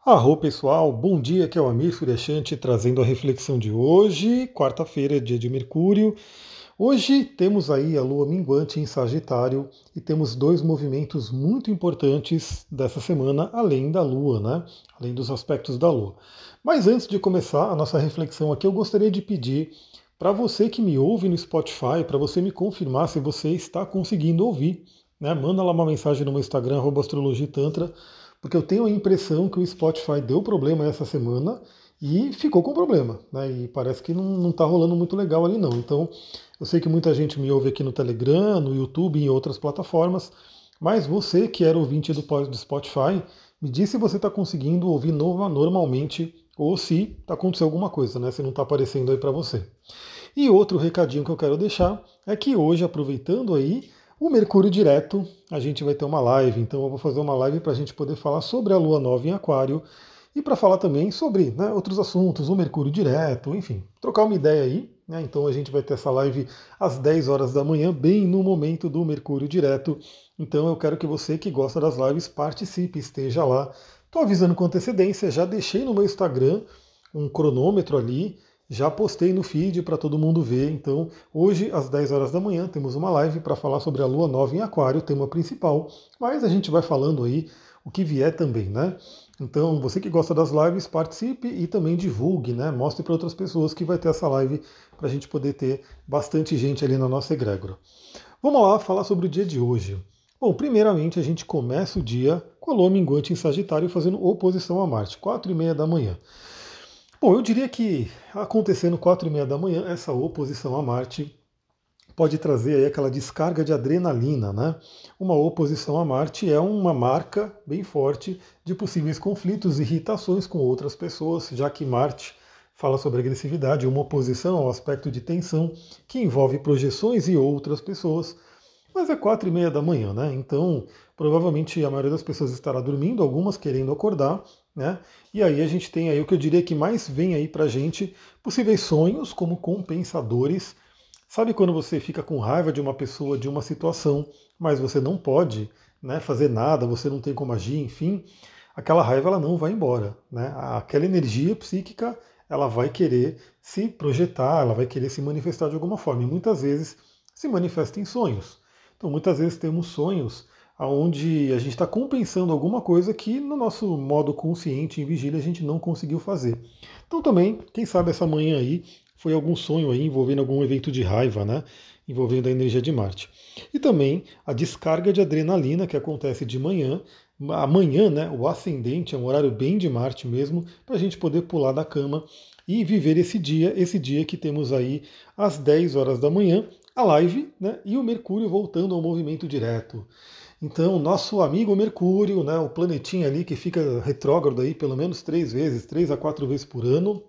Arro pessoal, bom dia, aqui é o Amir Suryashanti trazendo a reflexão de hoje, quarta-feira, dia de Mercúrio. Hoje temos aí a Lua minguante em Sagitário e temos dois movimentos muito importantes dessa semana, além da Lua, né? Além dos aspectos da Lua. Mas antes de começar a nossa reflexão aqui, eu gostaria de pedir para você que me ouve no Spotify, para você me confirmar se você está conseguindo ouvir, né? Manda lá uma mensagem no meu Instagram, @astrologitantra, porque eu tenho a impressão que o Spotify deu problema essa semana e ficou com problema, né? E parece que não está rolando muito legal ali não. Então, eu sei que muita gente me ouve aqui no Telegram, no YouTube e em outras plataformas, mas você que era ouvinte do Spotify, me diz se você está conseguindo ouvir normalmente ou se está acontecendo alguma coisa, né? Se não está aparecendo aí para você. E outro recadinho que eu quero deixar é que hoje, aproveitando aí o Mercúrio direto, a gente vai ter uma live. Então eu vou fazer uma live para a gente poder falar sobre a Lua Nova em Aquário e para falar também sobre, né, outros assuntos, o Mercúrio direto, enfim, trocar uma ideia aí. Né? Então a gente vai ter essa live às 10 horas da manhã, bem no momento do Mercúrio direto. Então eu quero que você que gosta das lives participe, esteja lá. Estou avisando com antecedência, já deixei no meu Instagram um cronômetro ali, já postei no feed para todo mundo ver. Então, hoje, às 10 horas da manhã, temos uma live para falar sobre a Lua Nova em Aquário, tema principal. Mas a gente vai falando aí o que vier também, né? Então, você que gosta das lives, participe e também divulgue, né? Mostre para outras pessoas que vai ter essa live para a gente poder ter bastante gente ali na nossa egrégora. Vamos lá falar sobre o dia de hoje. Bom, primeiramente a gente começa o dia com a Lua minguante em Sagitário fazendo oposição a Marte, 4:30 da manhã. Bom, eu diria que acontecendo 4:30 da manhã, essa oposição a Marte pode trazer aí aquela descarga de adrenalina, né? Uma oposição a Marte é uma marca bem forte de possíveis conflitos e irritações com outras pessoas, já que Marte fala sobre agressividade, uma oposição ao aspecto de tensão que envolve projeções e outras pessoas. Mas é 4:30 da manhã, né? Então, provavelmente a maioria das pessoas estará dormindo, algumas querendo acordar, né? E aí a gente tem aí o que eu diria que mais vem aí pra gente, possíveis sonhos como compensadores. Sabe quando você fica com raiva de uma pessoa, de uma situação, mas você não pode, né, fazer nada, você não tem como agir, enfim, aquela raiva ela não vai embora, né? Aquela energia psíquica, ela vai querer se projetar, ela vai querer se manifestar de alguma forma. E muitas vezes se manifesta em sonhos. Então, muitas vezes temos sonhos onde a gente está compensando alguma coisa que no nosso modo consciente, em vigília, a gente não conseguiu fazer. Então, também, quem sabe essa manhã aí foi algum sonho aí envolvendo algum evento de raiva, né? Envolvendo a energia de Marte. E também a descarga de adrenalina que acontece de manhã. Amanhã, né? O ascendente é um horário bem de Marte mesmo, para a gente poder pular da cama e viver esse dia que temos aí às 10 horas da manhã, a live, né, e o Mercúrio voltando ao movimento direto. Então, nosso amigo Mercúrio, né, o planetinha ali que fica retrógrado aí pelo menos 3 vezes, 3 a 4 vezes por ano,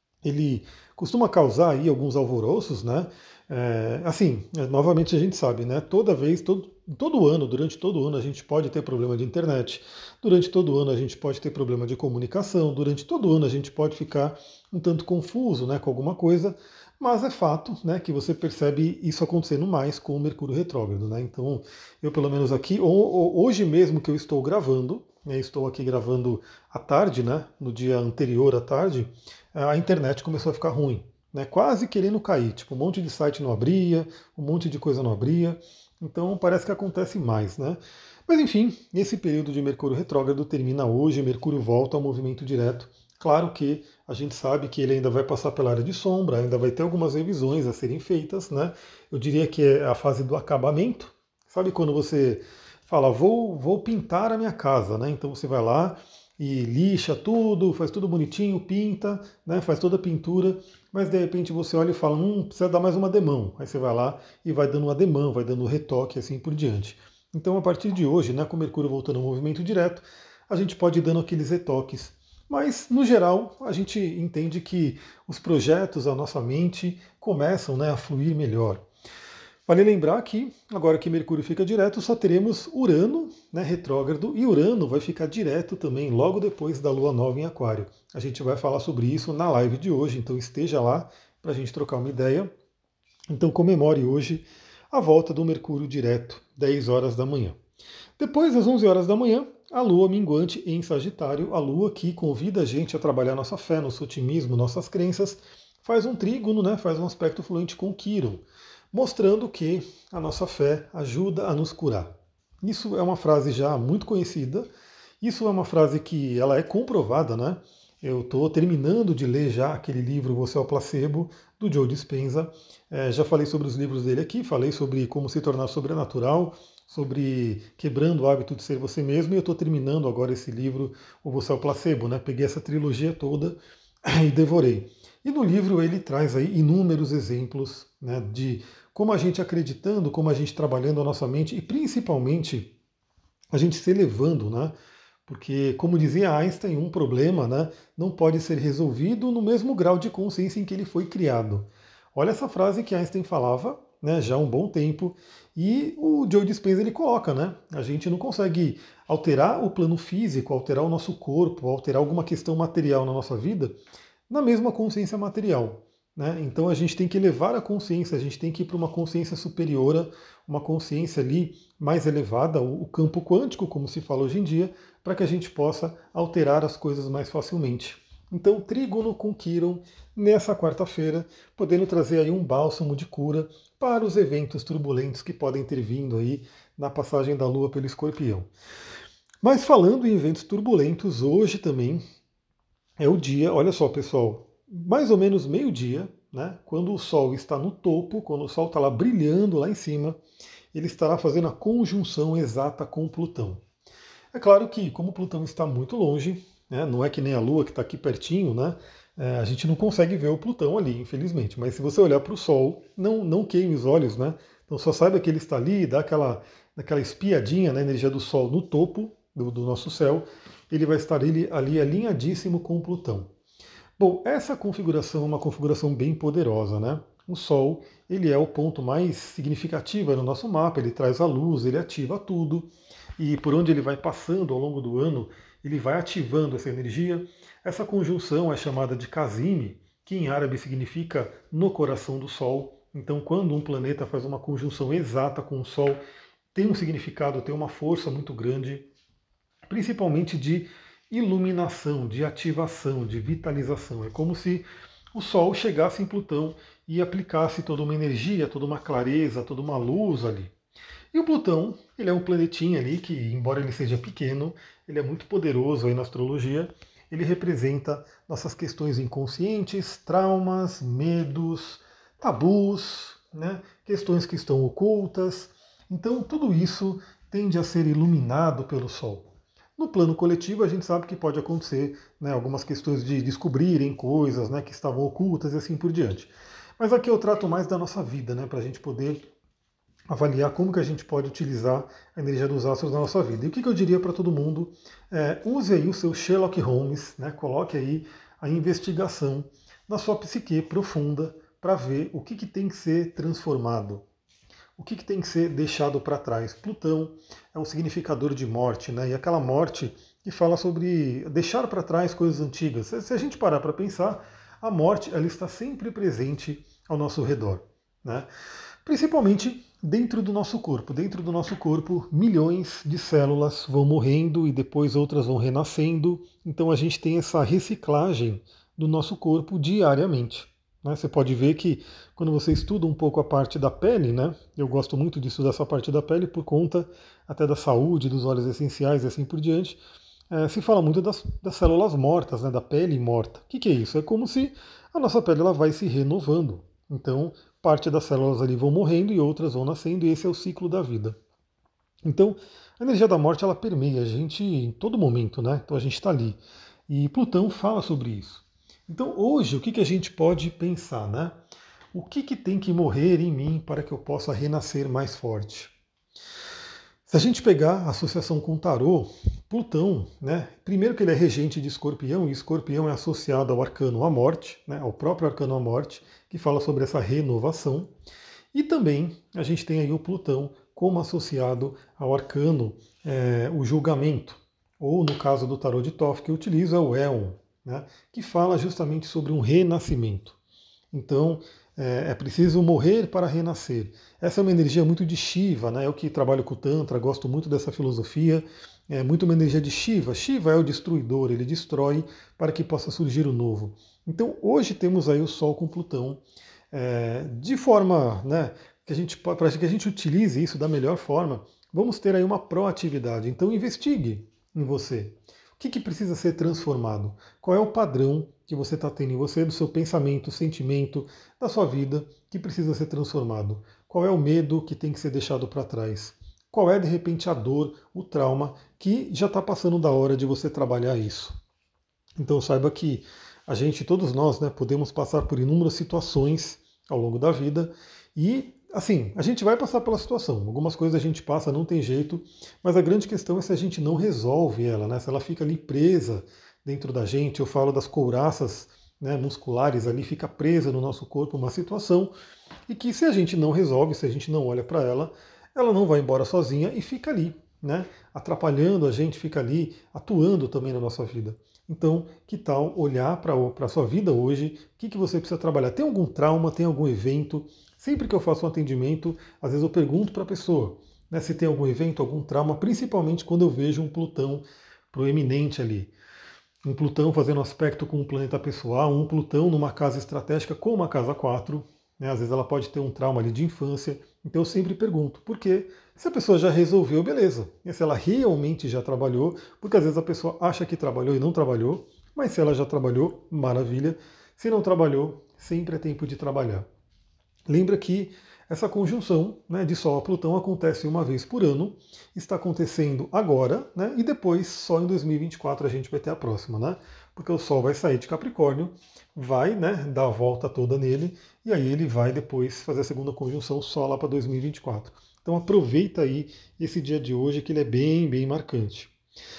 ele costuma causar aí alguns alvoroços, né? Assim, novamente a gente sabe, né? Toda vez, todo ano, durante todo o ano a gente pode ter problema de internet, durante todo o ano a gente pode ter problema de comunicação, durante todo o ano a gente pode ficar um tanto confuso, né, com alguma coisa, mas é fato, né, que você percebe isso acontecendo mais com o Mercúrio retrógrado, né? Então, eu pelo menos aqui, hoje mesmo que eu estou gravando, né, estou aqui gravando à tarde, né, no dia anterior à tarde, a internet começou a ficar ruim, né, quase querendo cair. Tipo, um monte de site não abria, um monte de coisa não abria. Então parece que acontece mais, né? Mas enfim, esse período de Mercúrio retrógrado termina hoje, Mercúrio volta ao movimento direto. Claro que a gente sabe que ele ainda vai passar pela área de sombra, ainda vai ter algumas revisões a serem feitas, né? Eu diria que é a fase do acabamento. Sabe quando você fala, vou pintar a minha casa, né? Então você vai lá e lixa tudo, faz tudo bonitinho, pinta, né? Faz toda a pintura, mas de repente você olha e fala, precisa dar mais uma demão. Aí você vai lá e vai dando uma demão, vai dando retoque, assim por diante. Então, a partir de hoje, né, com o Mercúrio voltando ao movimento direto, a gente pode ir dando aqueles retoques. Mas, no geral, a gente entende que os projetos, a nossa mente, começam, né, a fluir melhor. Vale lembrar que, agora que Mercúrio fica direto, só teremos Urano, né, retrógrado, e Urano vai ficar direto também logo depois da Lua Nova em Aquário. A gente vai falar sobre isso na live de hoje, então esteja lá para a gente trocar uma ideia. Então comemore hoje a volta do Mercúrio direto, 10 horas da manhã. Depois, às 11 horas da manhã, a Lua minguante em Sagitário, a Lua que convida a gente a trabalhar nossa fé, nosso otimismo, nossas crenças, faz um trígono, né, faz um aspecto fluente com Quiron, mostrando que a nossa fé ajuda a nos curar. Isso é uma frase já muito conhecida, isso é uma frase que ela é comprovada, né? Eu estou terminando de ler já aquele livro Você é o Placebo, do Joe Dispenza. Já falei sobre os livros dele aqui, falei sobre como se tornar sobrenatural, sobre quebrando o hábito de ser você mesmo, e eu estou terminando agora esse livro, o Você é o Placebo, né? Peguei essa trilogia toda e devorei. E no livro ele traz aí inúmeros exemplos, né, de como a gente acreditando, como a gente trabalhando a nossa mente e principalmente a gente se elevando, né? Porque, como dizia Einstein, um problema, né, não pode ser resolvido no mesmo grau de consciência em que ele foi criado. Olha essa frase que Einstein falava, né, já há um bom tempo, e o Joe Dispenza ele coloca, né? A gente não consegue alterar o plano físico, alterar o nosso corpo, alterar alguma questão material na nossa vida na mesma consciência material. Né? Então a gente tem que elevar a consciência, a gente tem que ir para uma consciência superior, uma consciência ali mais elevada, o campo quântico, como se fala hoje em dia, para que a gente possa alterar as coisas mais facilmente. Então, trígono com Quiron nessa quarta-feira, podendo trazer aí um bálsamo de cura para os eventos turbulentos que podem ter vindo aí na passagem da Lua pelo Escorpião. Mas falando em eventos turbulentos, hoje também é o dia, olha só pessoal, mais ou menos meio-dia, né, quando o Sol está no topo, quando o Sol está lá brilhando lá em cima, ele estará fazendo a conjunção exata com Plutão. É claro que, como Plutão está muito longe, né, não é que nem a Lua que está aqui pertinho, né, a gente não consegue ver o Plutão ali, infelizmente. Mas se você olhar para o Sol, não queime os olhos, né? Então só saiba que ele está ali, dá aquela espiadinha na energia do Sol no topo do nosso céu, ele vai estar ali alinhadíssimo com Plutão. Bom, essa configuração é uma configuração bem poderosa, né? O Sol, ele é o ponto mais significativo no nosso mapa, ele traz a luz, ele ativa tudo, e por onde ele vai passando ao longo do ano, ele vai ativando essa energia. Essa conjunção é chamada de Casime, que em árabe significa no coração do Sol. Então, quando um planeta faz uma conjunção exata com o Sol, tem um significado, tem uma força muito grande, principalmente de iluminação, de ativação, de vitalização. É como se o Sol chegasse em Plutão e aplicasse toda uma energia, toda uma clareza, toda uma luz ali. E o Plutão, ele é um planetinha ali que, embora ele seja pequeno, ele é muito poderoso aí na astrologia. Ele representa nossas questões inconscientes, traumas, medos, tabus, né? Questões que estão ocultas. Então, tudo isso tende a ser iluminado pelo Sol. No plano coletivo, a gente sabe que pode acontecer, né, algumas questões de descobrirem coisas, né, que estavam ocultas e assim por diante. Mas aqui eu trato mais da nossa vida, né, para a gente poder avaliar como que a gente pode utilizar a energia dos astros na nossa vida. E o que eu diria para todo mundo? Use aí o seu Sherlock Holmes, né, coloque aí a investigação na sua psique profunda para ver o que tem que ser transformado. O que tem que ser deixado para trás? Plutão é um significador de morte, né? E aquela morte que fala sobre deixar para trás coisas antigas. Se a gente parar para pensar, a morte ela está sempre presente ao nosso redor, né? Principalmente dentro do nosso corpo. Dentro do nosso corpo, milhões de células vão morrendo e depois outras vão renascendo. Então a gente tem essa reciclagem do nosso corpo diariamente. Você pode ver que quando você estuda um pouco a parte da pele, né? Eu gosto muito de estudar essa parte da pele por conta até da saúde, dos óleos essenciais e assim por diante. Se fala muito das células mortas, né? Da pele morta. O que é isso? É como se a nossa pele ela vai se renovando. Então, parte das células ali vão morrendo e outras vão nascendo, e esse é o ciclo da vida. Então, a energia da morte ela permeia a gente em todo momento, né? Então a gente está ali. E Plutão fala sobre isso. Então hoje, o que a gente pode pensar, né? O que tem que morrer em mim para que eu possa renascer mais forte? Se a gente pegar a associação com o tarô, Plutão, né? Primeiro que ele é regente de Escorpião, e Escorpião é associado ao arcano à morte, né? Ao próprio arcano à morte, que fala sobre essa renovação. E também a gente tem aí o Plutão como associado ao arcano, o julgamento, ou no caso do tarô de Thoth que eu utilizo é o Éon, né, que fala justamente sobre um renascimento. Então, é preciso morrer para renascer. Essa é uma energia muito de Shiva, né, eu que trabalho com o Tantra, gosto muito dessa filosofia, é muito uma energia de Shiva. Shiva é o destruidor, ele destrói para que possa surgir o novo. Então hoje temos aí o Sol com Plutão de forma, né, para que a gente utilize isso da melhor forma, vamos ter aí uma proatividade. Então investigue em você. O que precisa ser transformado? Qual é o padrão que você está tendo em você, do seu pensamento, sentimento, da sua vida, que precisa ser transformado? Qual é o medo que tem que ser deixado para trás? Qual é, de repente, a dor, o trauma, que já está passando da hora de você trabalhar isso? Então saiba que a gente, todos nós, né, podemos passar por inúmeras situações ao longo da vida e, assim, a gente vai passar pela situação. Algumas coisas a gente passa, não tem jeito, mas a grande questão é se a gente não resolve ela, né, se ela fica ali presa dentro da gente. Eu falo das couraças, né, musculares ali, fica presa no nosso corpo uma situação e que se a gente não resolve, se a gente não olha para ela, ela não vai embora sozinha e fica ali, né, atrapalhando a gente, fica ali atuando também na nossa vida. Então, que tal olhar para a sua vida hoje? O que você precisa trabalhar? Tem algum trauma? Tem algum evento? Sempre que eu faço um atendimento, às vezes eu pergunto para a pessoa, né, se tem algum evento, algum trauma, principalmente quando eu vejo um Plutão proeminente ali. Um Plutão fazendo aspecto com um planeta pessoal, um Plutão numa casa estratégica como a casa 4. Né, às vezes ela pode ter um trauma ali de infância. Então eu sempre pergunto, por quê? Se a pessoa já resolveu, beleza. E se ela realmente já trabalhou, porque às vezes a pessoa acha que trabalhou e não trabalhou, mas se ela já trabalhou, maravilha. Se não trabalhou, sempre é tempo de trabalhar. Lembra que essa conjunção, né, de Sol a Plutão acontece uma vez por ano, está acontecendo agora, né, e depois só em 2024 a gente vai ter a próxima, né? Porque o Sol vai sair de Capricórnio, vai, né, dar a volta toda nele, e aí ele vai depois fazer a segunda conjunção só lá para 2024. Então aproveita aí esse dia de hoje que ele é bem, bem marcante.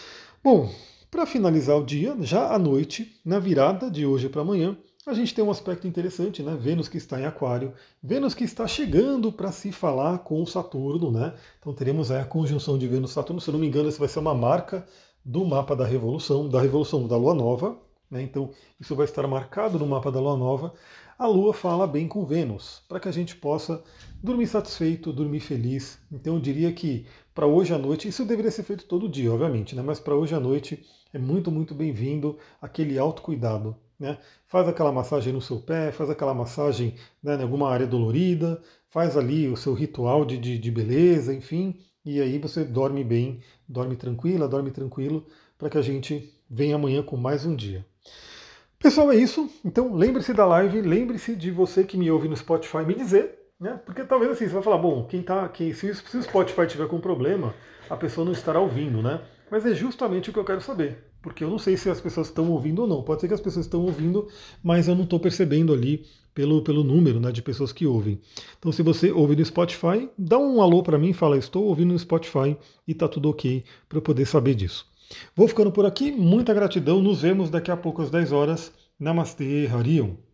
Bom, para finalizar o dia, já à noite, na virada de hoje para amanhã, a gente tem um aspecto interessante, né? Vênus que está em Aquário, Vênus que está chegando para se falar com Saturno, né? Então teremos aí a conjunção de Vênus e Saturno, se eu não me engano, isso vai ser uma marca do mapa da Revolução da Lua Nova, né? Então isso vai estar marcado no mapa da Lua Nova. A Lua fala bem com Vênus, para que a gente possa dormir satisfeito, dormir feliz. Então eu diria que para hoje à noite, isso deveria ser feito todo dia, obviamente, né? Mas para hoje à noite é muito, muito bem-vindo aquele autocuidado. Né? Faz aquela massagem no seu pé, faz aquela massagem, né, em alguma área dolorida, faz ali o seu ritual de beleza, enfim, e aí você dorme bem, dorme tranquila, dorme tranquilo, para que a gente venha amanhã com mais um dia. Pessoal, é isso. Então lembre-se da live, lembre-se de você que me ouve no Spotify me dizer, né? Porque talvez assim, você vai falar, bom, se o Spotify tiver com problema, a pessoa não estará ouvindo, né? Mas é justamente o que eu quero saber. Porque eu não sei se as pessoas estão ouvindo ou não. Pode ser que as pessoas estão ouvindo, mas eu não estou percebendo ali pelo número, né, de pessoas que ouvem. Então, se você ouve no Spotify, dá um alô para mim, fala, estou ouvindo no Spotify e tá tudo ok para eu poder saber disso. Vou ficando por aqui, muita gratidão, nos vemos daqui a pouco às 10 horas. Namastê, Harion.